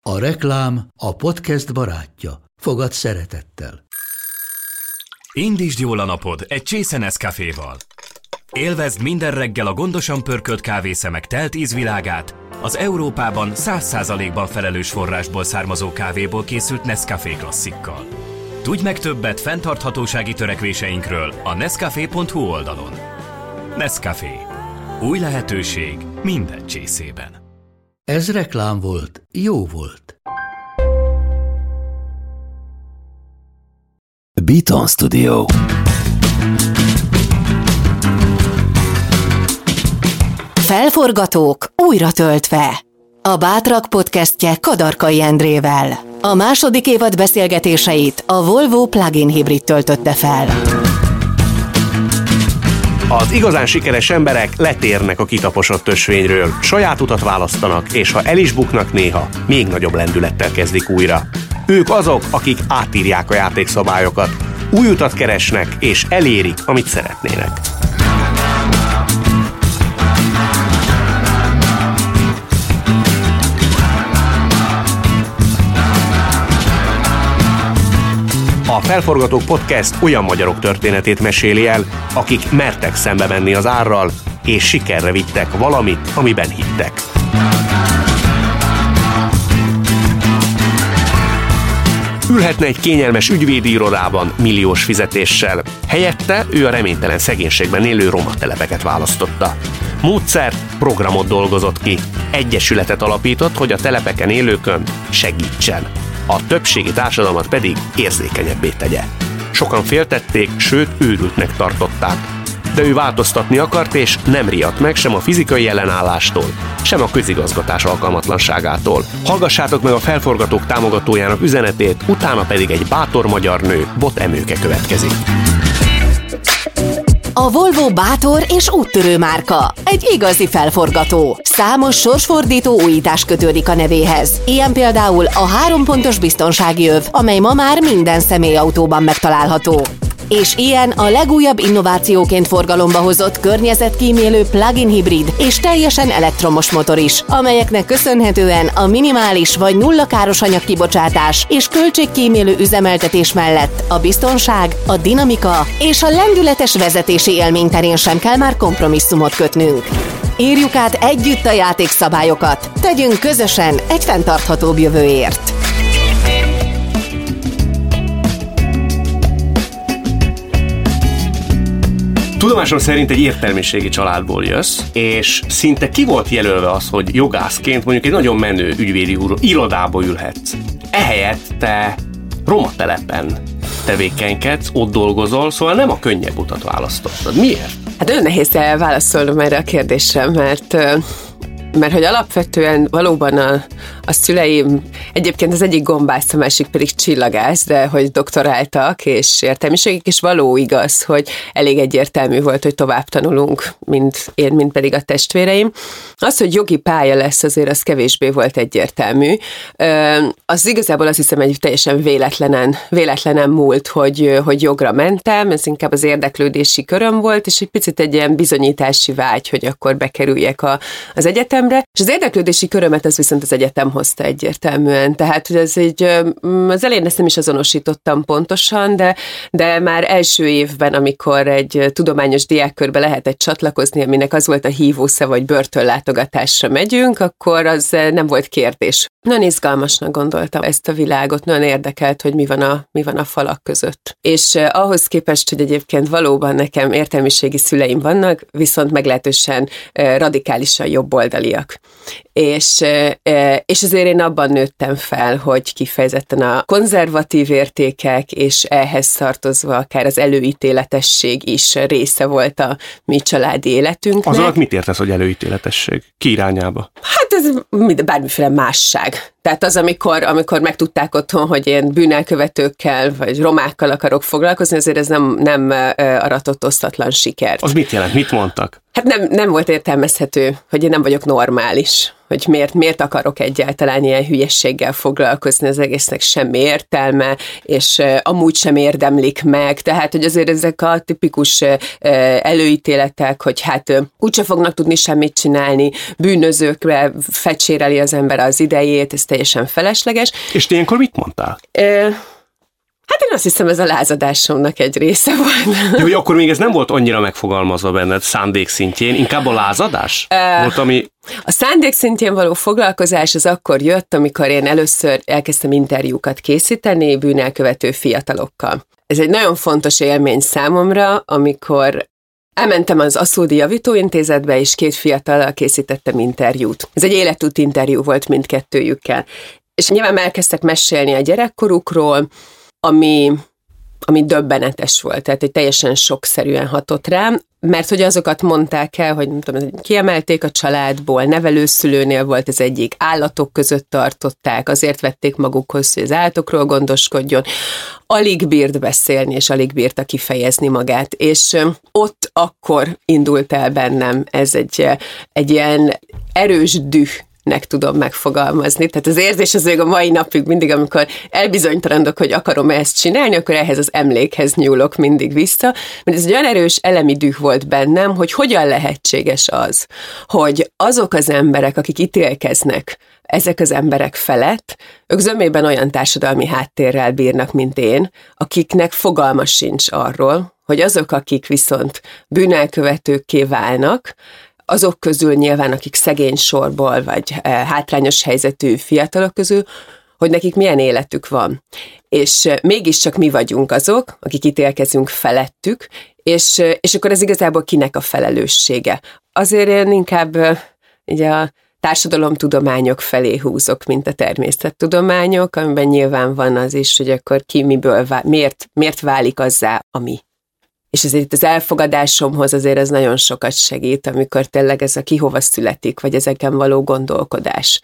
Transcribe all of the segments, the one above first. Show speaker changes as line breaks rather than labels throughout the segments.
A reklám a podcast barátja. Fogad szeretettel.
Indítsd jól a napod egy csésze Nescaféval. Élvezd minden reggel a gondosan pörkölt kávészemek telt ízvilágát, az Európában 100%-ban felelős forrásból származó kávéból készült Nescafé klasszikkal. Tudj meg többet fenntarthatósági törekvéseinkről a nescafé.hu oldalon. Nescafé. Új lehetőség minden csészében.
Ez reklám volt, jó volt.
Beaton Studio.
Felforgatók újra töltve. A Bátrak podcastje Kadarkai Endrével. A második évad beszélgetéseit a Volvo plug-in hibrid töltötte fel.
Az igazán sikeres emberek letérnek a kitaposott ösvényről, saját utat választanak, és ha el is buknak néha, még nagyobb lendülettel kezdik újra. Ők azok, akik átírják a játékszabályokat, új utat keresnek, és elérik, amit szeretnének. A Felforgatók Podcast olyan magyarok történetét meséli el, akik mertek szembe menni az árral, és sikerre vittek valamit, amiben hittek. Ülhetne egy kényelmes ügyvédi irodában milliós fizetéssel. Helyette ő a reménytelen szegénységben élő roma telepeket választotta. Módszer, programot dolgozott ki, egyesületet alapított, hogy a telepeken élőkön segítsen. A többségi társadalmat pedig érzékenyebbé tegye. Sokan féltették, sőt őrültnek tartották. De ő változtatni akart, és nem riadt meg sem a fizikai ellenállástól, sem a közigazgatás alkalmatlanságától. Hallgassátok meg a Felforgatók támogatójának üzenetét, utána pedig egy bátor magyar nő, Bot Emőke következik.
A Volvo bátor és úttörő márka. Egy igazi felforgató. Számos sorsfordító újítás kötődik a nevéhez. Ilyen például a 3 pontos biztonsági öv, amely ma már minden személyautóban megtalálható. És ilyen a legújabb innovációként forgalomba hozott környezetkímélő plug-in hibrid és teljesen elektromos motor is, amelyeknek köszönhetően a minimális vagy nulla káros anyagkibocsátás és költségkímélő üzemeltetés mellett a biztonság, a dinamika és a lendületes vezetési élmény terén sem kell már kompromisszumot kötnünk. Írjuk át együtt a játékszabályokat, tegyünk közösen egy fenntarthatóbb jövőért.
Tudomásom szerint egy értelmiségi családból jössz, és szinte ki volt jelölve az, hogy jogászként mondjuk egy nagyon menő ügyvédi irodába ülhetsz. Ehelyett te roma telepen tevékenykedsz, ott dolgozol, szóval nem a könnyebb utat választottad. Miért?
Hát nagyon nehéz válaszolnom erre a kérdésre, mert hogy alapvetően valóban a szüleim, egyébként az egyik gombász, a másik pedig csillagász, de hogy doktoráltak, és értelmiségek, és való igaz, hogy elég egyértelmű volt, hogy tovább tanulunk, mint én, mint pedig a testvéreim. Az, hogy jogi pálya lesz, azért az kevésbé volt egyértelmű. Az igazából azt hiszem, egy teljesen véletlenen múlt, hogy jogra mentem, ez inkább az érdeklődési köröm volt, és egy picit egy ilyen bizonyítási vágy, hogy akkor bekerüljek az egyetemre, és az érdeklődési körömet ez viszont az egyetem hozta egyértelműen. Tehát, hogy ez az elején ezt nem is azonosítottam pontosan, de már első évben, amikor egy tudományos diákkörbe lehetett csatlakozni, aminek az volt a hívószava, hogy börtönlátogatásra megyünk, akkor az nem volt kérdés. Nagyon izgalmasnak gondoltam ezt a világot, nagyon érdekelt, hogy mi van a falak között. És ahhoz képest, hogy egyébként valóban nekem értelmiségi szüleim vannak, viszont meglehetősen radikálisan jobboldaliak. És azért én abban nőttem fel, hogy kifejezetten a konzervatív értékek, és ehhez tartozva akár az előítéletesség is része volt a mi családi életünknek.
Az alatt mit értesz, hogy előítéletesség? Ki irányába?
Hát ez bármiféle másság. Tehát az, amikor megtudták otthon, hogy én bűnelkövetőkkel vagy romákkal akarok foglalkozni, azért ez nem aratott osztatlan sikert.
Az mit jelent? Mit mondtak?
Hát nem volt értelmezhető, hogy én nem vagyok normális. hogy miért akarok egyáltalán ilyen hülyességgel foglalkozni, az egésznek semmi értelme, és amúgy sem érdemlik meg, tehát, hogy azért ezek a tipikus előítéletek, hogy hát úgyse fognak tudni semmit csinálni, bűnözőkre fecséreli az ember az idejét, ez teljesen felesleges.
És te ilyenkor mit mondtál?
Hát én azt hiszem, ez a lázadásomnak egy része volt.
Jó, hogy akkor még ez nem volt annyira megfogalmazva benned szándék szintjén, inkább a lázadás volt, ami...
A szándék szintjén való foglalkozás az akkor jött, amikor én először elkezdtem interjúkat készíteni bűnelkövető fiatalokkal. Ez egy nagyon fontos élmény számomra, amikor elmentem az Aszódi Javítóintézetbe, és 2 fiatallal készítettem interjút. Ez egy életút interjú volt mindkettőjükkel. És nyilván elkezdtek mesélni a gyerekkorukról, ami döbbenetes volt, tehát egy teljesen sokszerűen hatott rám, mert hogy azokat mondták el, hogy nem tudom, kiemelték a családból, nevelőszülőnél volt az egyik, állatok között tartották, azért vették magukhoz, hogy az állatokról gondoskodjon, alig bírt beszélni, és alig bírta kifejezni magát, és ott akkor indult el bennem ez egy ilyen erős düh, tudom megfogalmazni. Tehát az érzés az még a mai napig mindig, amikor elbizonytalanodok, hogy akarom ezt csinálni, akkor ehhez az emlékhez nyúlok mindig vissza, mert ez egy olyan erős elemi düh volt bennem, hogy hogyan lehetséges az, hogy azok az emberek, akik ítélkeznek ezek az emberek felett, ők zömében olyan társadalmi háttérrel bírnak, mint én, akiknek fogalma sincs arról, hogy azok, akik viszont bűnelkövetőkké válnak, azok közül nyilván, akik szegény sorból, vagy hátrányos helyzetű fiatalok közül, hogy nekik milyen életük van. És mégiscsak mi vagyunk azok, akik ítélkezünk felettük, és akkor ez igazából kinek a felelőssége. Azért én inkább ugye a társadalomtudományok felé húzok, mint a természettudományok, amiben nyilván van az is, hogy akkor ki miből, miért válik azzá, ami. És ezért itt az elfogadásomhoz azért ez nagyon sokat segít, amikor tényleg ez a ki hova születik, vagy ezeken való gondolkodás.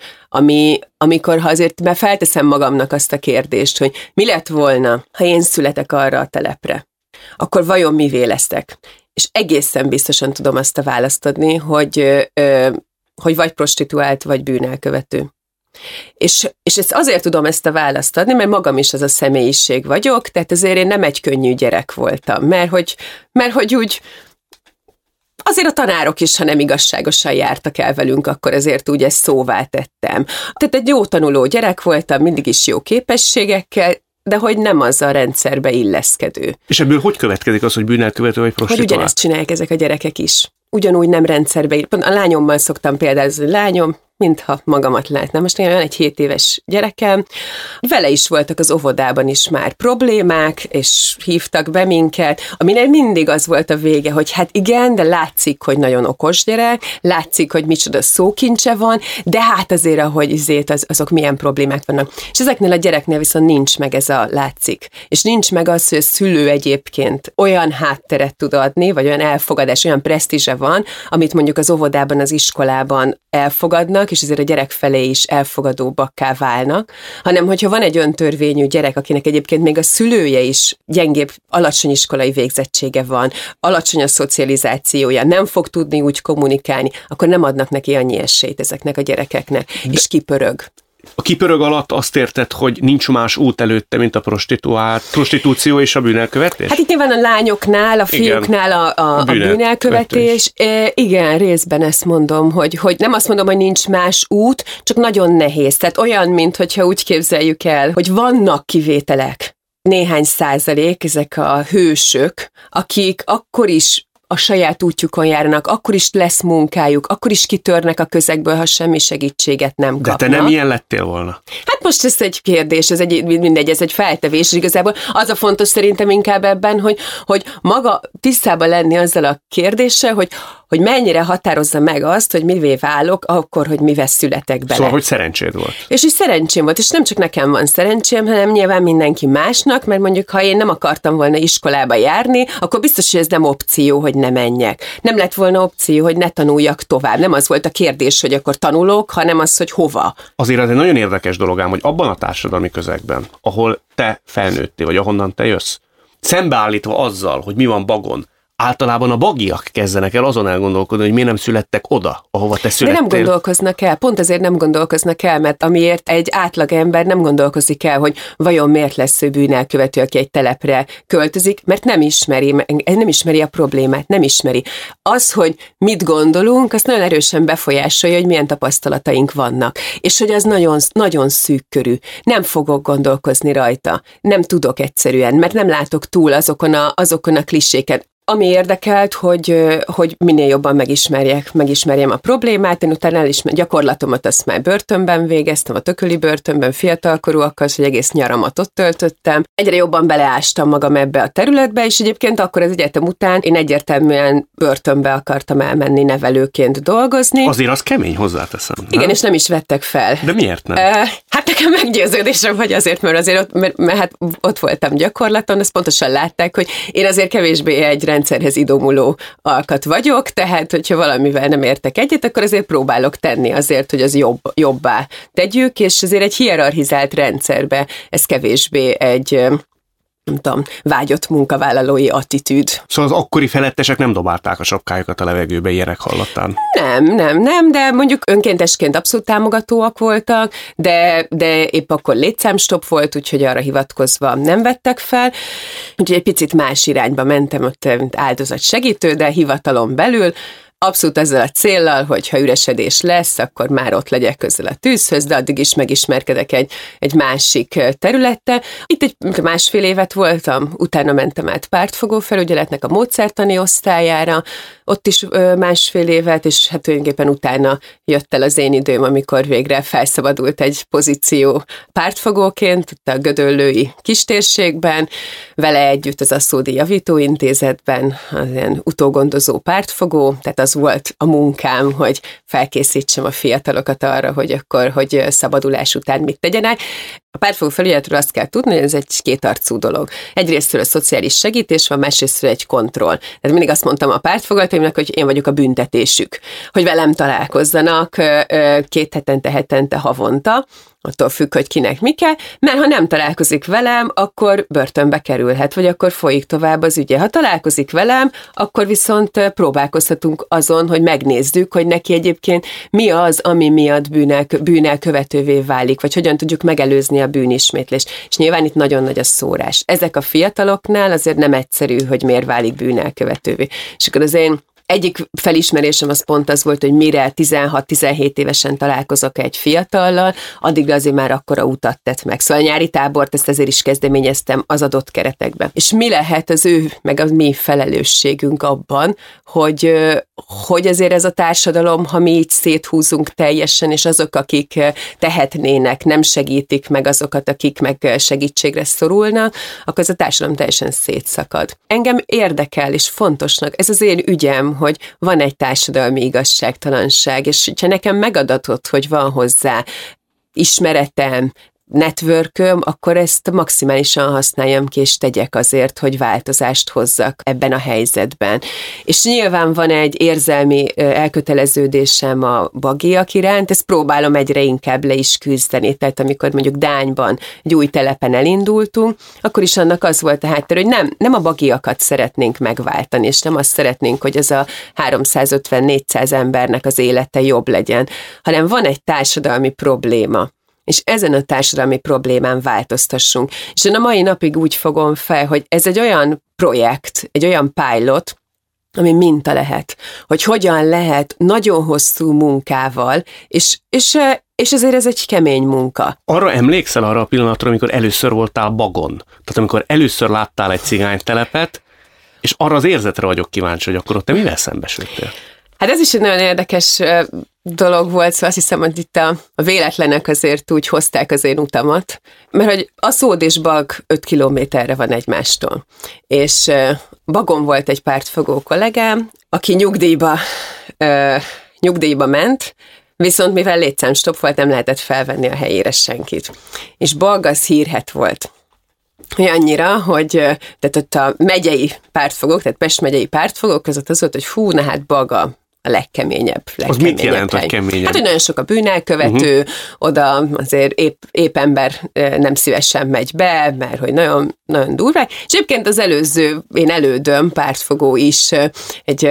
Amikor ha azért már felteszem magamnak azt a kérdést, hogy mi lett volna, ha én születek arra a telepre, akkor vajon mivé leszek? És egészen biztosan tudom azt a választ adni, hogy vagy prostituált, vagy bűnelkövető. És ezt azért tudom ezt a választ adni, mert magam is az a személyiség vagyok, tehát azért én nem egy könnyű gyerek voltam, mert hogy úgy azért a tanárok is, ha nem igazságosan jártak el velünk, akkor azért úgy ezt szóvá tettem. Tehát egy jó tanuló gyerek voltam, mindig is jó képességekkel, de hogy nem az a rendszerbe illeszkedő.
És ebből hogy következik az, hogy bűnelkövető vagy prostituált?
Hogy ugyanezt csinálják ezek a gyerekek is. Ugyanúgy nem rendszerbe illeszkedő. A lányommal szoktam példázni, lányom, mintha magamat látnám. Most olyan egy 7 éves gyerekem, vele is voltak az óvodában is már problémák, és hívtak be minket, aminek mindig az volt a vége, hogy hát igen, de látszik, hogy nagyon okos gyerek, látszik, hogy micsoda szókincse van, de hát azért, ahogy azok milyen problémák vannak. És ezeknél a gyereknél viszont nincs meg ez a látszik. És nincs meg az, hogy a szülő egyébként olyan hátteret tud adni, vagy olyan elfogadás, olyan presztízse van, amit mondjuk az óvodában, az iskolában elfogadnak, és ezért a gyerek felé is elfogadóbbakká válnak, hanem hogyha van egy öntörvényű gyerek, akinek egyébként még a szülője is gyengébb, alacsony iskolai végzettsége van, alacsony a szocializációja, nem fog tudni úgy kommunikálni, akkor nem adnak neki annyi esélyt ezeknek a gyerekeknek, és kipörög.
A kipörög alatt azt érted, hogy nincs más út előtte, mint a prostitúció és a bűnelkövetés? Hát
itt nyilván a lányoknál, a fiúknál a bűnelkövetés. Igen, részben ezt mondom, hogy nem azt mondom, hogy nincs más út, csak nagyon nehéz. Tehát olyan, mintha úgy képzeljük el, hogy vannak kivételek. Néhány százalék, ezek a hősök, akik akkor is a saját útjukon járnak, akkor is lesz munkájuk, akkor is kitörnek a közegből, ha semmi segítséget nem kapnak.
De te nem ilyen lettél volna?
Hát most ez egy kérdés, ez egy feltevés, és igazából az a fontos szerintem inkább ebben, hogy maga tisztában lenni azzal a kérdéssel, hogy mennyire határozza meg azt, hogy mivé válok, akkor, hogy mivel születek bele.
Szóval, hogy szerencséd volt.
És így szerencsém volt, és nem csak nekem van szerencsém, hanem nyilván mindenki másnak, mert mondjuk, ha én nem akartam volna iskolába járni, akkor biztos, hogy ez nem opció, hogy ne menjek. Nem lett volna opció, hogy ne tanuljak tovább. Nem az volt a kérdés, hogy akkor tanulok, hanem az, hogy hova.
Azért ez egy nagyon érdekes dolog ám, hogy abban a társadalmi közegben, ahol te felnőttél, vagy ahonnan te jössz, szembeállítva azzal, hogy mi van Bagon, általában a bagiak kezdenek el azon elgondolkodni, hogy miért nem születtek oda, ahova te születtél.
De nem gondolkoznak el, pont azért nem gondolkoznak el, mert amiért egy átlagember nem gondolkozik el, hogy vajon miért lesz ő bűnelkövető, aki egy telepre költözik, mert nem ismeri a problémát, nem ismeri. Az, hogy mit gondolunk, azt nagyon erősen befolyásolja, hogy milyen tapasztalataink vannak, és hogy az nagyon, nagyon szűk körű. Nem fogok gondolkozni rajta, nem tudok egyszerűen, mert nem látok túl azokon a kliséken. Ami érdekelt, hogy minél jobban megismerjem a problémát, én utána gyakorlatomat azt már börtönben végeztem, a Tököli börtönben fiatalkorúakkal, hogy egész nyaramat ott töltöttem. Egyre jobban beleástam magam ebbe a területbe, és egyébként akkor az egyetem után én egyértelműen börtönbe akartam elmenni nevelőként dolgozni.
Azért az kemény, hozzáteszem. Nem?
Igen, és nem is vettek fel.
De miért nem?
Hát nekem meggyőződésem, hogy azért, mert azért ott voltam gyakorlaton, azt pontosan látták, hogy én azért kevésbé egy rendszerhez idomuló alkat vagyok, tehát hogyha valamivel nem értek egyet, akkor azért próbálok tenni azért, hogy az jobbá tegyük, és azért egy hierarchizált rendszerbe ez kevésbé egy nem tudom, vágyott munkavállalói attitűd.
Szóval az akkori felettesek nem dobálták a sapkájukat a levegőbe ilyenek hallatán?
Nem, de mondjuk önkéntesként abszolút támogatóak voltak, de épp akkor létszámstop volt, úgyhogy arra hivatkozva nem vettek fel. Úgyhogy egy picit más irányba mentem ott, mint áldozat segítő, de hivatalon belül, abszolút ezzel a céllal, hogy ha üresedés lesz, akkor már ott legyek közel a tűzhöz, de addig is megismerkedek egy másik területtel. Itt egy másfél évet voltam, utána mentem át pártfogó felügyeletnek a módszertani osztályára, ott is másfél évet, és hát tulajdonképpen utána jött el az én időm, amikor végre felszabadult egy pozíció pártfogóként, ott a Gödöllői kistérségben, vele együtt az Aszódi Javítóintézetben, az ilyen utógondozó pártfogó, tehát az volt a munkám, hogy felkészítsem a fiatalokat arra, hogy szabadulás után mit tegyenek. A pártfogó felügyeletről azt kell tudni, hogy ez egy kétarcú dolog. Egyrésztről a szociális segítés van, másrésztről egy kontroll. Tehát mindig azt mondtam a pártfoglalataimnak, hogy én vagyok a büntetésük, hogy velem találkozzanak 2 hetente, havonta, attól függ, hogy kinek mi kell, mert ha nem találkozik velem, akkor börtönbe kerülhet, vagy akkor folyik tovább az ügye. Ha találkozik velem, akkor viszont próbálkozhatunk azon, hogy megnézzük, hogy neki egyébként mi az, ami miatt bűnelkövetővé válik, vagy hogyan tudjuk megelőzni a bűnismétlést. És nyilván itt nagyon nagy a szórás. Ezek a fiataloknál azért nem egyszerű, hogy miért válik bűnelkövetővé. És akkor az én egyik felismerésem az pont az volt, hogy mire 16-17 évesen találkozok egy fiatallal, addig azért már akkora utat tett meg. Szóval a nyári tábort ezt ezért is kezdeményeztem az adott keretekben. És mi lehet az ő, meg a mi felelősségünk abban, hogy azért ez a társadalom, ha mi így széthúzunk teljesen, és azok, akik tehetnének, nem segítik meg azokat, akik meg segítségre szorulnak, akkor ez a társadalom teljesen szétszakad. Engem érdekel, és fontosnak, ez az én ügyem, hogy van egy társadalmi igazságtalanság, és ha nekem megadatott, hogy van hozzá ismeretem, networköm, akkor ezt maximálisan használjam ki, és tegyek azért, hogy változást hozzak ebben a helyzetben. És nyilván van egy érzelmi elköteleződésem a bagiak iránt, ezt próbálom egyre inkább le is küzdeni. Tehát amikor mondjuk Dányban egy új telepen elindultunk, akkor is annak az volt a háttér, hogy nem a bagiakat szeretnénk megváltani, és nem azt szeretnénk, hogy ez a 350-400 embernek az élete jobb legyen, hanem van egy társadalmi probléma, és ezen a társadalmi problémán változtassunk. És én a mai napig úgy fogom fel, hogy ez egy olyan projekt, egy olyan pilot, ami minta lehet, hogy hogyan lehet nagyon hosszú munkával, és azért ez egy kemény munka.
Arra emlékszel arra a pillanatra, amikor először voltál Bagon? Tehát amikor először láttál egy cigánytelepet, és arra az érzetre vagyok kíváncsi, hogy akkor ott te mivel szembesültél?
Hát ez is egy nagyon érdekes dolog volt, szóval azt hiszem, hogy itt a véletlenek azért úgy hozták az én utamat, mert hogy Aszód és Bag 5 kilométerre van egymástól, és Bagon volt egy pártfogó kollégám, aki nyugdíjba ment, viszont mivel létszámstop volt, nem lehetett felvenni a helyére senkit. És Bag az hírhedt volt. Annyira, hogy tehát ott a megyei pártfogók, tehát Pest megyei pártfogók között az volt, hogy na hát Baga legkeményebb.
Az mit jelent, hogy keményebb?
Hát, hogy nagyon sok a bűnelkövető, oda azért épp ember nem szívesen megy be, mert hogy nagyon, nagyon durvák. És egyébként az én elődöm, pártfogó is egy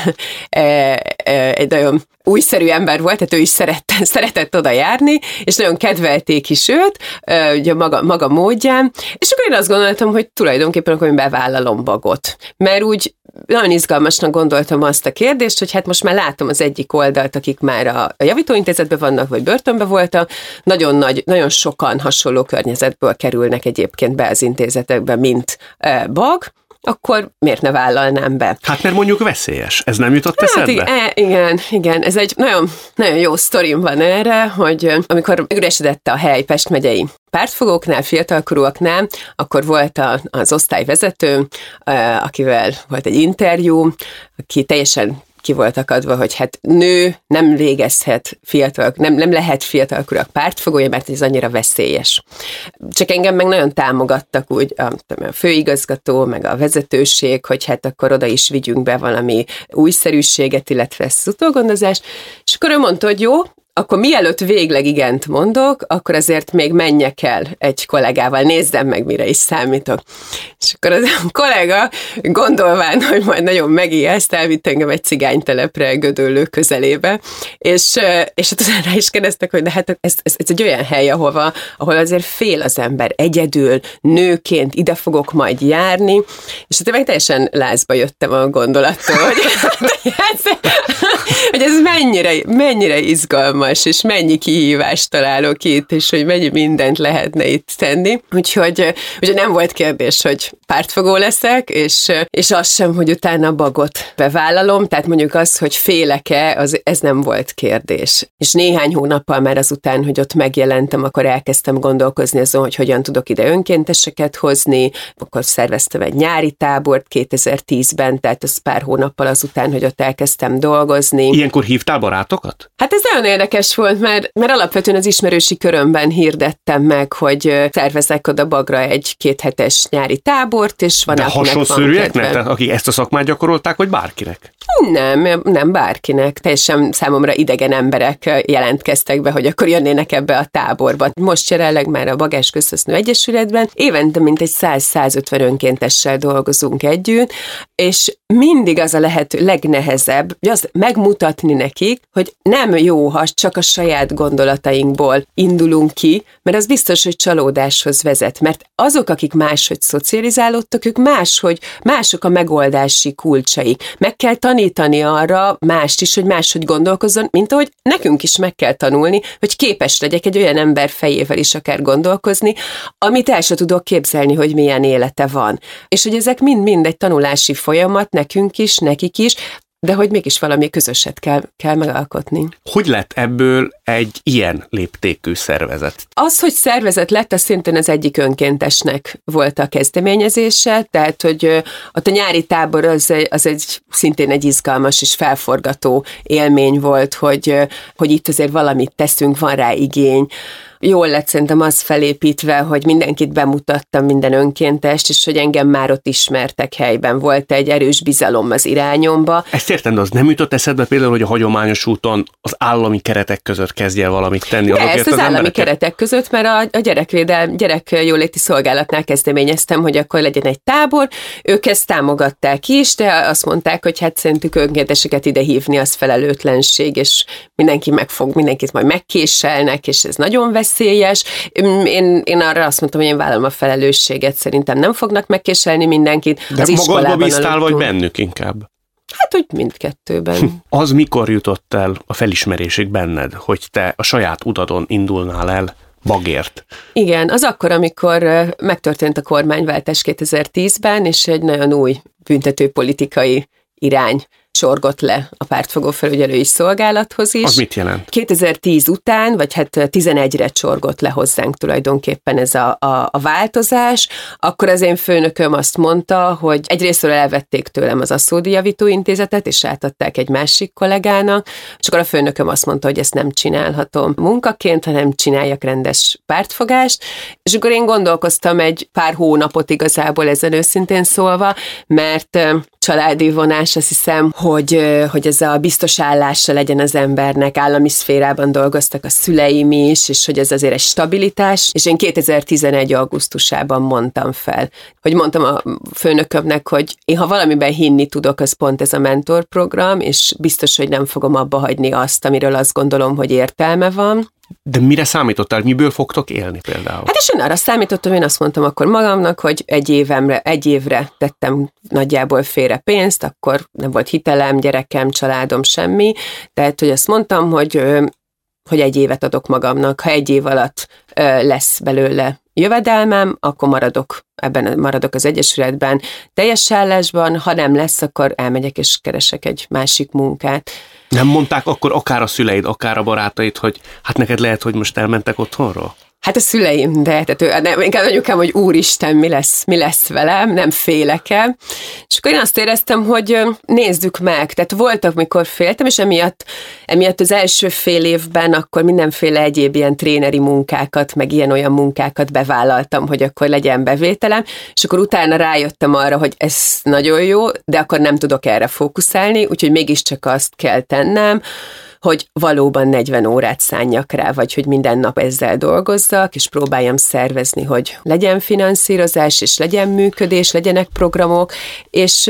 nagyon újszerű ember volt, tehát ő is szeretett oda járni, és nagyon kedvelték is őt, ugye maga módján, és akkor én azt gondoltam, hogy tulajdonképpen akkor én bevállalom Bagot. Mert úgy nagyon izgalmasnak gondoltam azt a kérdést, hogy hát most már látom az egyik oldalt, akik már a javítóintézetben vannak, vagy börtönben voltak, nagyon sokan hasonló környezetből kerülnek egyébként be az intézetekbe, mint Bag, akkor miért ne vállalnám be?
Hát mert mondjuk veszélyes. Ez nem jutott eszedbe?
Igen. Ez egy nagyon, nagyon jó sztorim van erre, hogy amikor üresedett a hely Pest megyei pártfogóknál, fiatalkorúaknál, akkor volt az osztályvezető, akivel volt egy interjú, aki teljesen ki volt akadva, hogy hát nő nem végezhet nem lehet fiatalkorúak pártfogója, mert ez annyira veszélyes. Csak engem meg nagyon támogattak úgy a főigazgató, meg a vezetőség, hogy hát akkor oda is vigyünk be valami újszerűséget, illetve ezt az utógondozást, és akkor ő mondta, hogy jó, akkor mielőtt végleg igent mondok, akkor azért még menjek el egy kollégával, nézzem meg, mire is számítok. És akkor az a kollega gondolván, hogy majd nagyon megijeszt, elvitt engem egy cigánytelepre Gödöllő közelébe, és hát rá is kérdeztek, hogy de hát ez egy olyan hely, ahol azért fél az ember egyedül, nőként, ide fogok majd járni, és hát meg teljesen lázba jöttem a gondolattól, hogy ez mennyire izgalmas, és mennyi kihívást találok itt, és hogy mennyi mindent lehetne itt tenni. Úgyhogy nem volt kérdés, hogy pártfogó leszek, és az sem, hogy utána Bagot bevállalom, tehát mondjuk az, hogy félek-e, ez nem volt kérdés. És néhány hónappal már azután, hogy ott megjelentem, akkor elkezdtem gondolkozni azon, hogy hogyan tudok ide önkénteseket hozni, akkor szerveztem egy nyári tábort 2010-ben, tehát az pár hónappal azután, hogy ott elkezdtem dolgozni.
Ilyenkor hívtál barátokat?
Hát ez nagyon érdekes volt, mert alapvetően az ismerősi körömben hirdettem meg, hogy szervezek oda Bagra egy 2 hetes nyári tábort, és van,
de
akinek van
hasonszörűeknek, akik ezt a szakmát gyakorolták, vagy bárkinek?
Nem bárkinek. Teljesen számomra idegen emberek jelentkeztek be, hogy akkor jönnének ebbe a táborba. Most jelenleg már a Bagás Közhasznú Egyesületben évente mintegy 100-150 önkéntessel dolgozunk együtt, és mindig az a lehető legnehezebb, hogy azt megmutatni nekik, hogy nem jó, ha csak a saját gondolatainkból indulunk ki, mert az biztos, hogy csalódáshoz vezet. Mert azok, akik máshogy szocializálódtak, ők mások a megoldási kulcsaik. Meg kell tanítani arra mást is, hogy máshogy gondolkozzon, mint ahogy nekünk is meg kell tanulni, hogy képes legyek egy olyan ember fejével is akár gondolkozni, amit el sem tudok képzelni, hogy milyen élete van. És hogy ezek mind-mind egy tanulási folyamat, nekünk is, nekik is, de hogy mégis valami közöset kell megalkotni. Hogy
lett ebből egy ilyen léptékű szervezet?
Az, hogy szervezet lett, az szintén az egyik önkéntesnek volt a kezdeményezése, tehát, hogy ott a nyári tábor az szintén egy izgalmas és felforgató élmény volt, hogy itt azért valamit teszünk, van rá igény. Jól lett szerintem az felépítve, hogy mindenkit bemutattam, minden önkéntest, és hogy engem már ott ismertek helyben. Volt egy erős bizalom az irányomba.
Ezt értem, de az nem jutott eszedbe például, hogy a hagyományos úton az állami keretek között kezdjél valamit tenni?
De ezt az állami keretek között, mert a gyerekjóléti szolgálatnál kezdeményeztem, hogy akkor legyen egy tábor. Ők ezt támogatták is, de azt mondták, hogy hát szerintük önkénteseket ide hívni, az felelőtlenség, és mindenkit majd megkéselnek, és ez nagyon veszélyes. Én arra azt mondtam, hogy én vállalom a felelősséget, szerintem nem fognak megkéselni mindenkit.
De az magadba bíztál, vagy bennük inkább?
Hát úgy mindkettőben.
Az mikor jutott el a felismerésig benned, hogy te a saját utadon indulnál el Bagért? Igen, az akkor, amikor megtörtént a kormányváltás 2010-ben, és egy nagyon új büntetőpolitikai irány csorgott le a pártfogó felügyelői szolgálathoz is. Az mit jelent? 2010 után, vagy hát 11-re csorgott le hozzánk tulajdonképpen ez a változás. Akkor az én főnököm azt mondta, hogy egyrésztről elvették tőlem az Aszódi Javítóintézetet, és átadták egy másik kollégának, és akkor a főnököm azt mondta, hogy ezt nem csinálhatom munkaként, hanem csináljak rendes pártfogást, és akkor én gondolkoztam egy pár hónapot igazából ezen őszintén szólva, mert
családi vonás, azt hiszem, hogy ez a biztos állása legyen az embernek, állami szférában dolgoztak a szüleim is, és hogy ez azért egy stabilitás, és én 2011. augusztusában mondtam fel, hogy mondtam a főnökömnek, hogy én ha valamiben hinni tudok, az pont ez a mentorprogram, és biztos, hogy nem fogom abba hagyni azt, amiről azt gondolom, hogy értelme van.
De mire számítottál? Miből fogtok élni például? Hát
és én arra számítottam, én azt mondtam akkor magamnak, hogy egy évre tettem nagyjából félre pénzt, akkor nem volt hitelem, gyerekem, családom, semmi. Tehát, hogy azt mondtam, hogy egy évet adok magamnak, ha egy év alatt lesz belőle jövedelmem, akkor maradok az Egyesületben teljes állásban, ha nem lesz, akkor elmegyek és keresek egy másik munkát.
Nem mondták akkor akár a szüleid, akár a barátaid, hogy hát neked lehet, hogy most elmentek otthonról?
Hát a szüleim, de inkább anyukám, hogy úristen, mi lesz velem, nem félek-e. És akkor én azt éreztem, hogy nézzük meg. Tehát voltak, mikor féltem, és emiatt az első fél évben akkor mindenféle egyéb ilyen tréneri munkákat, meg ilyen-olyan munkákat bevállaltam, hogy akkor legyen bevételem, és akkor utána rájöttem arra, hogy ez nagyon jó, de akkor nem tudok erre fókuszálni, úgyhogy mégiscsak azt kell tennem, hogy valóban 40 órát szánjak rá, vagy hogy minden nap ezzel dolgozzak, és próbáljam szervezni, hogy legyen finanszírozás, és legyen működés, legyenek programok, és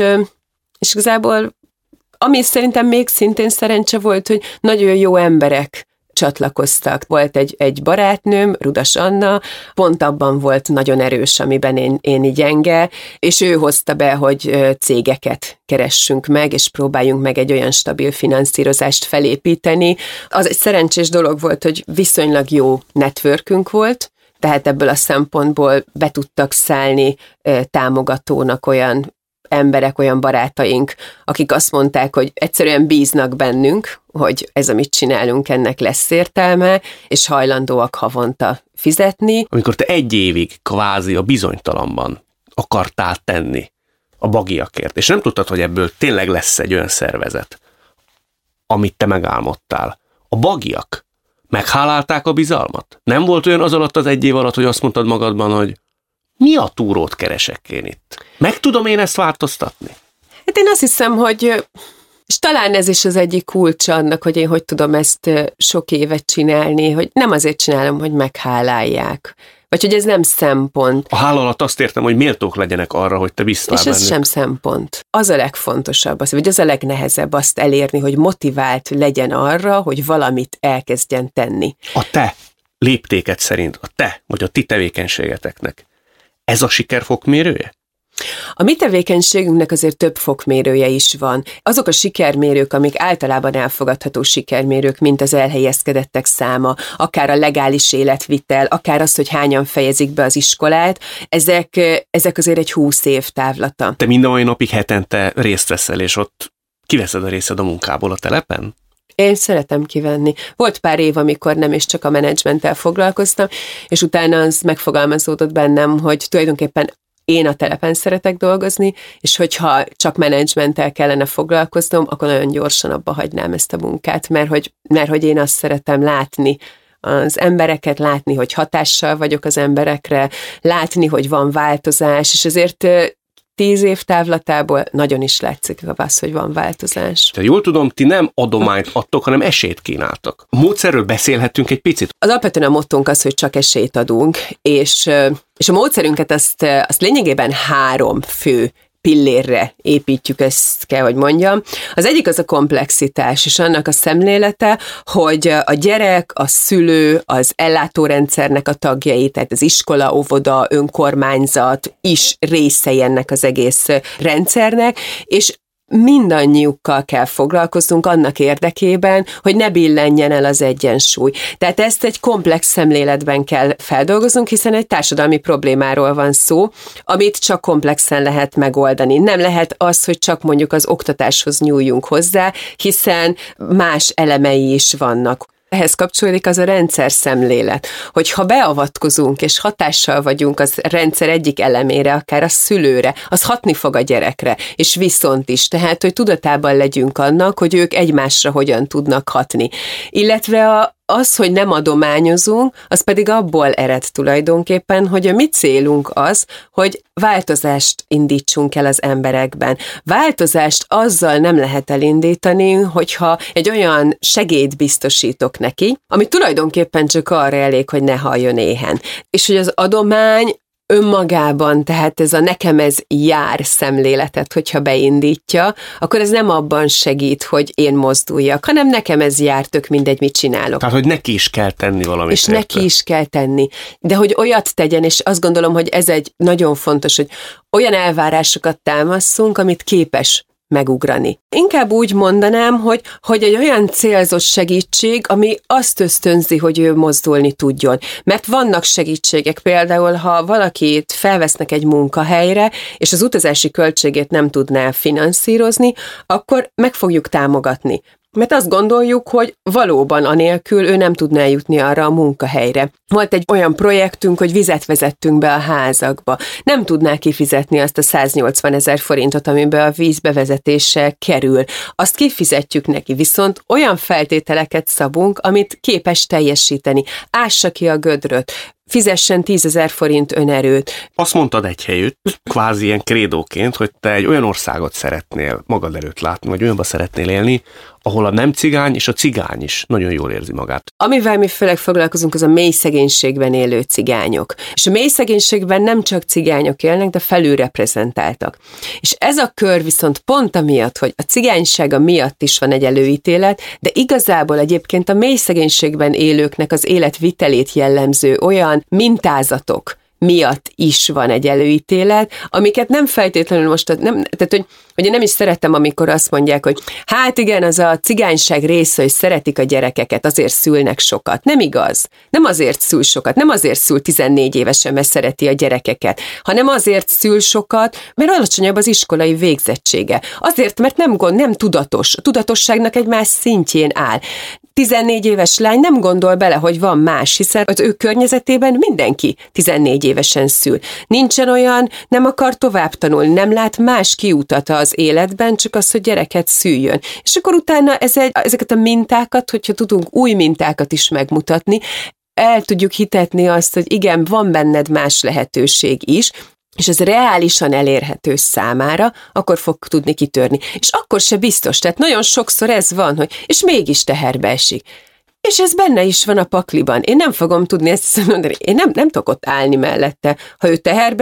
igazából, ami szerintem még szintén szerencse volt, hogy nagyon jó emberek csatlakoztak. Volt egy barátnőm, Rudas Anna, pont abban volt nagyon erős, amiben én így gyenge, és ő hozta be, hogy cégeket keressünk meg, és próbáljunk meg egy olyan stabil finanszírozást felépíteni. Az egy szerencsés dolog volt, hogy viszonylag jó networkünk volt, tehát ebből a szempontból be tudtak szállni támogatónak olyan emberek, olyan barátaink, akik azt mondták, hogy egyszerűen bíznak bennünk, hogy ez, amit csinálunk, ennek lesz értelme, és hajlandóak havonta fizetni.
Amikor te egy évig kvázi a bizonytalanban akartál tenni a bagiakért, és nem tudtad, hogy ebből tényleg lesz egy olyan szervezet, amit te megálmodtál. A bagiak meghálálták a bizalmat? Nem volt olyan az alatt az egy év alatt, hogy azt mondtad magadban, hogy mi a túrót keresek én itt? Meg tudom én ezt változtatni?
Hát én azt hiszem, hogy és talán ez is az egyik kulcsa annak, hogy én hogy tudom ezt sok évet csinálni, hogy nem azért csinálom, hogy meghálálják. Vagy hogy ez nem szempont.
A hála alatt azt értem, hogy méltók legyenek arra, hogy te bíztál bennük.
És ez sem szempont. Az a legfontosabb, vagy az a legnehezebb azt elérni, hogy motivált legyen arra, hogy valamit elkezdjen tenni.
A te léptéket szerint, vagy a ti tevékenységeteknek ez a siker fokmérője?
A mi tevékenységünknek azért több fokmérője is van. Azok a sikermérők, amik általában elfogadható sikermérők, mint az elhelyezkedettek száma, akár a legális életvitel, akár az, hogy hányan fejezik be az iskolát, ezek azért egy 20 év távlata.
Te mind a mai napig hetente részt veszel, és ott kiveszed a részed a munkából a telepen?
Én szeretem kivenni. Volt pár év, amikor nem is csak a menedzsmenttel foglalkoztam, és utána az megfogalmazódott bennem, hogy tulajdonképpen én a telepen szeretek dolgozni, és hogyha csak menedzsmenttel kellene foglalkoznom, akkor nagyon gyorsan abba hagynám ezt a munkát, mert hogy én azt szeretem látni, az embereket, látni, hogy hatással vagyok az emberekre, látni, hogy van változás, és ezért 10 év távlatából nagyon is látszik az, hogy van változás.
Ha jól tudom, ti nem adományt adtok, hanem esélyt kínáltak. A módszerről beszélhetünk egy picit?
Az alapvetően a mottónk az, hogy csak esélyt adunk, és a módszerünket azt lényegében 3 fő pillérre építjük, ezt kell, hogy mondjam. Az egyik az a komplexitás, és annak a szemlélete, hogy a gyerek, a szülő, az ellátórendszernek a tagjai, tehát az iskola, óvoda, önkormányzat is részei ennek az egész rendszernek, és mindannyiukkal kell foglalkoznunk annak érdekében, hogy ne billenjen el az egyensúly. Tehát ezt egy komplex szemléletben kell feldolgoznunk, hiszen egy társadalmi problémáról van szó, amit csak komplexen lehet megoldani. Nem lehet az, hogy csak mondjuk az oktatáshoz nyúljunk hozzá, hiszen más elemei is vannak. Ehhez kapcsolódik az a rendszer szemlélet, hogy ha beavatkozunk és hatással vagyunk az rendszer egyik elemére, akár a szülőre, az hatni fog a gyerekre, és viszont is, tehát, hogy tudatában legyünk annak, hogy ők egymásra hogyan tudnak hatni. Illetve az, hogy nem adományozunk, az pedig abból ered tulajdonképpen, hogy a mi célunk az, hogy változást indítsunk el az emberekben. Változást azzal nem lehet elindítani, hogyha egy olyan segélyt biztosítok neki, ami tulajdonképpen csak arra elég, hogy ne halljon éhen. És hogy az adomány önmagában, tehát ez a nekem ez jár szemléletet, hogyha beindítja, akkor ez nem abban segít, hogy én mozduljak, hanem nekem ez jár, tök mindegy, mit csinálok.
Tehát, hogy neki is kell tenni valamit.
És neki is kell tenni. De hogy olyat tegyen, és azt gondolom, hogy ez egy nagyon fontos, hogy olyan elvárásokat támaszunk, amit képes megugrani. Inkább úgy mondanám, hogy egy olyan célzott segítség, ami azt ösztönzi, hogy ő mozdulni tudjon. Mert vannak segítségek, például, ha valakit felvesznek egy munkahelyre, és az utazási költségét nem tudná finanszírozni, akkor meg fogjuk támogatni. Mert azt gondoljuk, hogy valóban anélkül ő nem tudná jutni arra a munkahelyre. Volt egy olyan projektünk, hogy vizet vezettünk be a házakba. Nem tudná kifizetni azt a 180 000 forintot, amiben a vízbevezetése kerül. Azt kifizetjük neki, viszont olyan feltételeket szabunk, amit képes teljesíteni. Ássa ki a gödröt, fizessen 10 000 forint önerőt.
Azt mondtad egy helyütt, kvázi ilyen krédóként, hogy te egy olyan országot szeretnél magad előtt látni, vagy olyanba szeretnél élni, ahol a nem cigány és a cigány is nagyon jól érzi magát.
Amivel mi főleg foglalkozunk, az a mély szegénységben élő cigányok. És a mély szegénységben nem csak cigányok élnek, de felülreprezentáltak. És ez a kör viszont pont amiatt, hogy a cigánysága miatt is van egy előítélet, de igazából egyébként a mély szegénységben élőknek az életvitelét jellemző olyan mintázatok miatt is van egy előítélet, amiket nem feltétlenül most, tehát hogy én nem is szeretem, amikor azt mondják, hogy hát igen, az a cigányság része, hogy szeretik a gyerekeket, azért szülnek sokat. Nem igaz. Nem azért szül sokat, nem azért szül 14 évesen, mert szereti a gyerekeket, hanem azért szül sokat, mert alacsonyabb az iskolai végzettsége. Azért, mert nem tudatos. A tudatosságnak egy más szintjén áll. 14 éves lány nem gondol bele, hogy van más, hiszen az ő környezetében mindenki 14 évesen szül. Nincsen olyan, nem akar tovább tanulni, nem lát más kiutat az életben, csak az, hogy gyereket szüljön. És akkor utána ezeket a mintákat, hogyha tudunk új mintákat is megmutatni, el tudjuk hitetni azt, hogy igen, van benned más lehetőség is, és ez reálisan elérhető számára, akkor fog tudni kitörni. És akkor se biztos, tehát nagyon sokszor ez van, hogy és mégis teherbe esik. És ez benne is van a pakliban. Én nem fogom tudni ezt mondani, én nem tudok ott állni mellette. Ha ő teherbe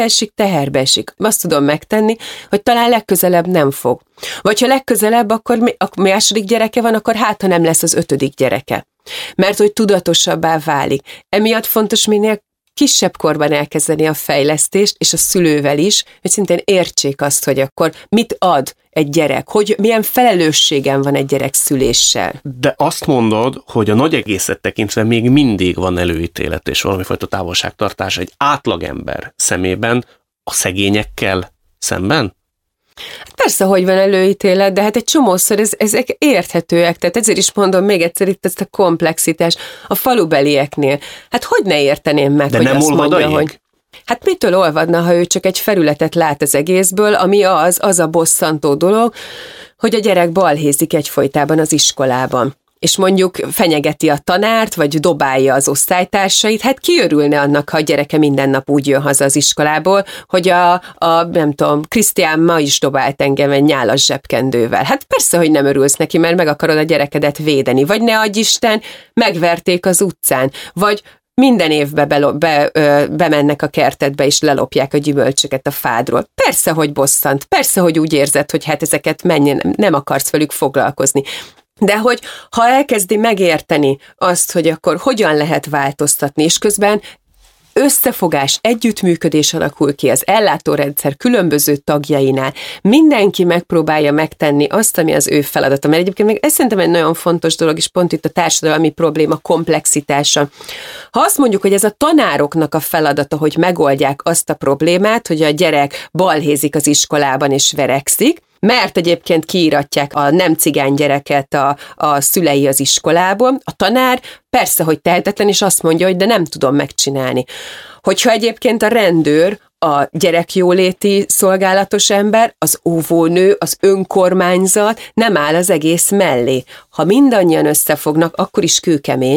esik. Azt tudom megtenni, hogy talán legközelebb nem fog. Vagy ha legközelebb, akkor a második gyereke van, akkor hát, ha nem lesz az 5. gyereke. Mert hogy tudatosabbá válik. Emiatt fontos minél kisebb korban elkezdeni a fejlesztést, és a szülővel is, hogy szintén értsék azt, hogy akkor mit ad egy gyerek, hogy milyen felelősségem van egy gyerek szüléssel.
De azt mondod, hogy a nagy egészet tekintve még mindig van előítélet és valamifajta távolságtartás egy átlagember szemében a szegényekkel szemben?
Persze, hogy van előítélet, de hát egy csomószor ezek érthetőek, tehát ezért is mondom még egyszer itt ezt a komplexitást a falubelieknél. Hát hogy ne érteném meg,
de
hogy
nem
azt mondja,
ég?
hogy... Hát mitől olvadna, ha ő csak egy felületet lát az egészből, ami az a bosszantó dolog, hogy a gyerek balhézik egyfolytában az iskolában. És mondjuk fenyegeti a tanárt, vagy dobálja az osztálytársait, hát ki örülne annak, ha a gyereke minden nap úgy jön haza az iskolából, hogy nem tudom, Krisztián ma is dobált engem egy nyálas zsebkendővel. Hát persze, hogy nem örülsz neki, mert meg akarod a gyerekedet védeni. Vagy ne adj Isten, megverték az utcán. Vagy minden évben bemennek a kertedbe, és lelopják a gyümölcsöket a fádról. Persze, hogy bosszant. Persze, hogy úgy érzed, hogy hát ezeket nem akarsz velük foglalkozni. De hogy ha elkezdi megérteni azt, hogy akkor hogyan lehet változtatni, és közben összefogás, együttműködés alakul ki az ellátórendszer különböző tagjainál, mindenki megpróbálja megtenni azt, ami az ő feladata. Mert egyébként meg ez szerintem egy nagyon fontos dolog, és pont itt a társadalmi probléma komplexitása. Ha azt mondjuk, hogy ez a tanároknak a feladata, hogy megoldják azt a problémát, hogy a gyerek balhézik az iskolában és verekszik, mert egyébként kiíratják a nem cigány gyereket a szülei az iskolából, a tanár persze, hogy tehetetlen, és azt mondja, hogy de nem tudom megcsinálni. Hogyha egyébként a rendőr, a gyerekjóléti szolgálatos ember, az óvónő, az önkormányzat nem áll az egész mellé. Ha mindannyian összefognak, akkor is kőkemény,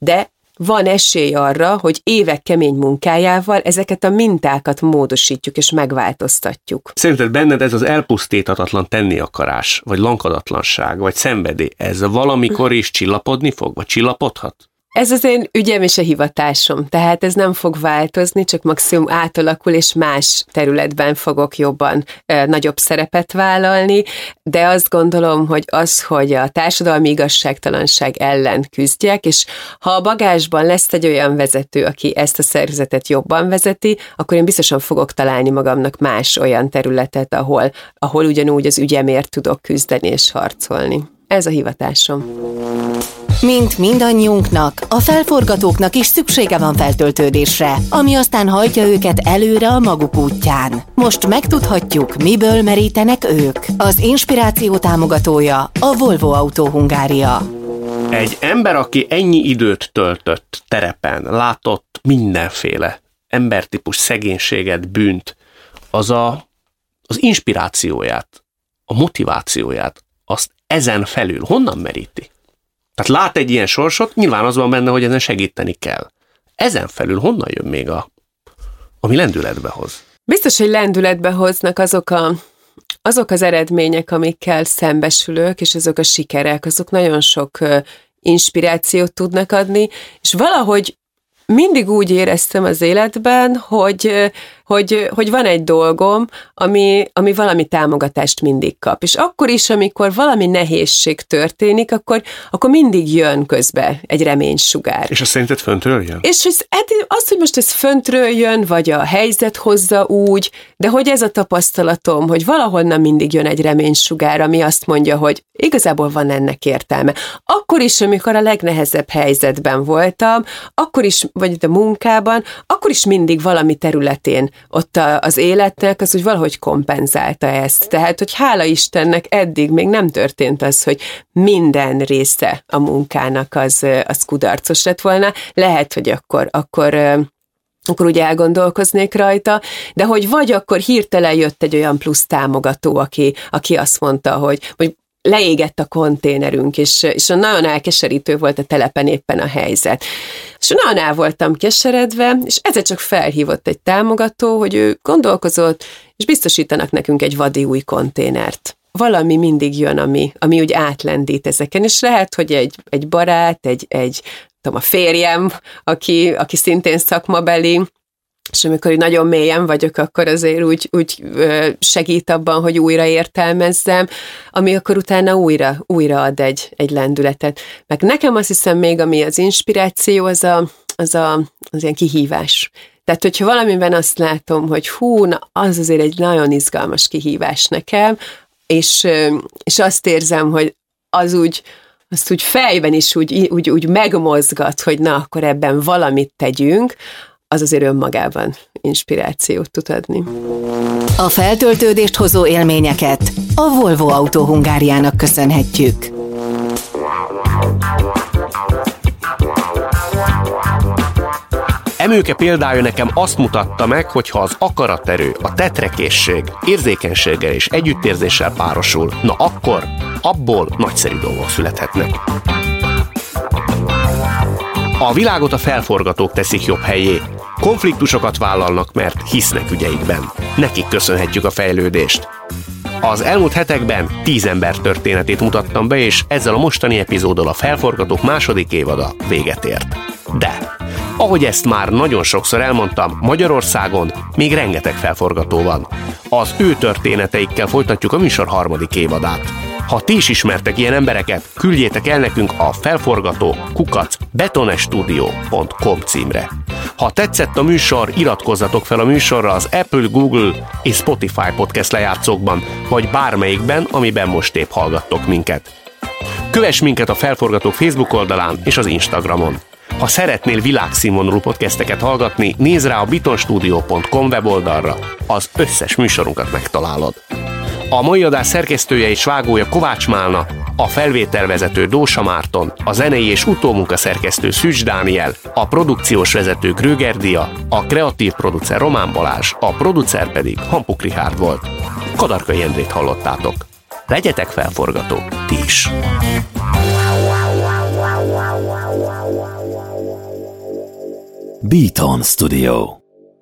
de van esély arra, hogy évek kemény munkájával ezeket a mintákat módosítjuk és megváltoztatjuk.
Szerinted benned ez az elpusztítatatlan tenni akarás, vagy lankadatlanság, vagy szenvedély, ez valamikor is csillapodni fog, vagy csillapodhat?
Ez az én ügyem és a hivatásom, tehát ez nem fog változni, csak maximum átalakul, és más területben fogok jobban nagyobb szerepet vállalni, de azt gondolom, hogy a társadalmi igazságtalanság ellen küzdjek, és ha a bagázsban lesz egy olyan vezető, aki ezt a szervezetet jobban vezeti, akkor én biztosan fogok találni magamnak más olyan területet, ahol ugyanúgy az ügyemért tudok küzdeni és harcolni. Ez a hivatásom.
Mint mindannyiunknak, a felforgatóknak is szüksége van feltöltődésre, ami aztán hajtja őket előre a maguk útján. Most megtudhatjuk, miből merítenek ők. Az inspiráció támogatója a Volvo Autó Hungária.
Egy ember, aki ennyi időt töltött terepen, látott mindenféle embertípus szegénységet, bűnt, az inspirációját, a motivációját, azt ezen felül honnan meríti? Tehát lát egy ilyen sorsot, nyilván az van benne, hogy ezen segíteni kell. Ezen felül honnan jön még ami lendületbe hoz?
Biztos, hogy lendületbe hoznak azok az eredmények, amikkel szembesülök, és azok a sikerek, azok nagyon sok inspirációt tudnak adni, és valahogy mindig úgy éreztem az életben, hogy van egy dolgom, ami valami támogatást mindig kap. És akkor is, amikor valami nehézség történik, akkor mindig jön közbe egy reménysugár.
És azt szerinted föntről jön?
És hogy most ez föntről jön, vagy a helyzet hozza úgy, de hogy ez a tapasztalatom, hogy valahonnan mindig jön egy reménysugár, ami azt mondja, hogy igazából van ennek értelme. Akkor is, amikor a legnehezebb helyzetben voltam, akkor is, vagy a munkában, akkor is mindig valami területén ott az életnek az úgy valahogy kompenzálta ezt. Tehát, hogy hála Istennek eddig még nem történt az, hogy minden része a munkának az kudarcos lett volna. Lehet, hogy akkor úgy elgondolkoznék rajta, de hogy vagy akkor hirtelen jött egy olyan plusz támogató, aki azt mondta, hogy leégett a konténerünk, és nagyon elkeserítő volt a telepen éppen a helyzet. És nagyon el voltam keseredve, és ezzel csak felhívott egy támogató, hogy ő gondolkozott, és biztosítanak nekünk egy vadi új konténert. Valami mindig jön, ami úgy átlendít ezeken, és lehet, hogy egy barát, a férjem, aki szintén szakmabeli, és amikor nagyon mélyen vagyok, akkor azért úgy segít abban, hogy újra értelmezzem, ami akkor utána újra ad egy lendületet. Meg nekem azt hiszem még, ami az inspiráció, az ilyen kihívás. Tehát, hogyha valamiben azt látom, hogy az azért egy nagyon izgalmas kihívás nekem, és azt érzem, hogy azt úgy fejben is úgy megmozgat, hogy na, akkor ebben valamit tegyünk, az azért önmagában inspirációt tud adni.
A feltöltődést hozó élményeket a Volvo Autó Hungáriának köszönhetjük.
Emőke példája nekem azt mutatta meg, hogy ha az akaraterő, a tetrekészség, érzékenységgel és együttérzéssel párosul, na akkor abból nagyszerű dolgok születhetnek. A világot a felforgatók teszik jobb helyé. Konfliktusokat vállalnak, mert hisznek ügyeikben. Nekik köszönhetjük a fejlődést. Az elmúlt hetekben 10 ember történetét mutattam be, és ezzel a mostani epizóddal a Felforgatók második évada véget ért. De, ahogy ezt már nagyon sokszor elmondtam, Magyarországon még rengeteg felforgató van. Az ő történeteikkel folytatjuk a műsor harmadik évadát. Ha ti is ismertek ilyen embereket, küldjétek el nekünk a felforgató@betonestudio.com címre. Ha tetszett a műsor, iratkozzatok fel a műsorra az Apple, Google és Spotify podcast lejátszókban, vagy bármelyikben, amiben most épp hallgattok minket. Kövess minket a Felforgatók Facebook oldalán és az Instagramon. Ha szeretnél világszínvonalú podcasteket hallgatni, nézz rá a betonstudio.com weboldalra, az összes műsorunkat megtalálod. A mai adás szerkesztője és vágója Kovács Málna, a felvételvezető Dósa Márton, a zenei és utómunka szerkesztő Szűcs Dániel, a produkciós vezető Gröger Dia, a kreatív producer Román Balázs, a producer pedig Hampuk Richárd volt. Kadarkai Endrét hallottátok. Legyetek felforgatók, ti is!
Beaton Studio.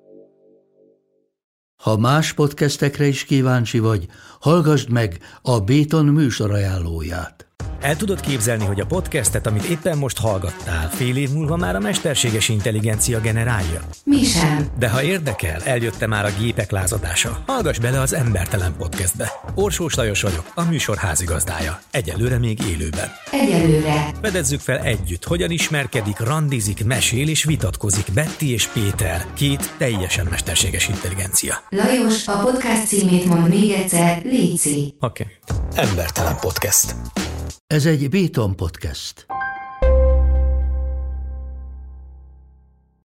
Ha más podcastekre is kíváncsi vagy, hallgassd meg a Beaton műsorajánlóját.
El tudod képzelni, hogy a podcastet, amit éppen most hallgattál, fél év múlva már a mesterséges intelligencia generálja?
Mi sem.
De ha érdekel, eljött már a gépek lázadása. Hallgass bele az Embertelen Podcastbe. Orsós Lajos vagyok, a műsor házigazdája. Egyelőre még élőben.
Egyelőre.
Fedezzük fel együtt, hogyan ismerkedik, randizik, mesél és vitatkozik Betty és Péter, két teljesen mesterséges intelligencia.
Lajos, a podcast címét mond még egyszer, léci.
Oké. Embertelen Podcast.
Ez egy Beaton podcast.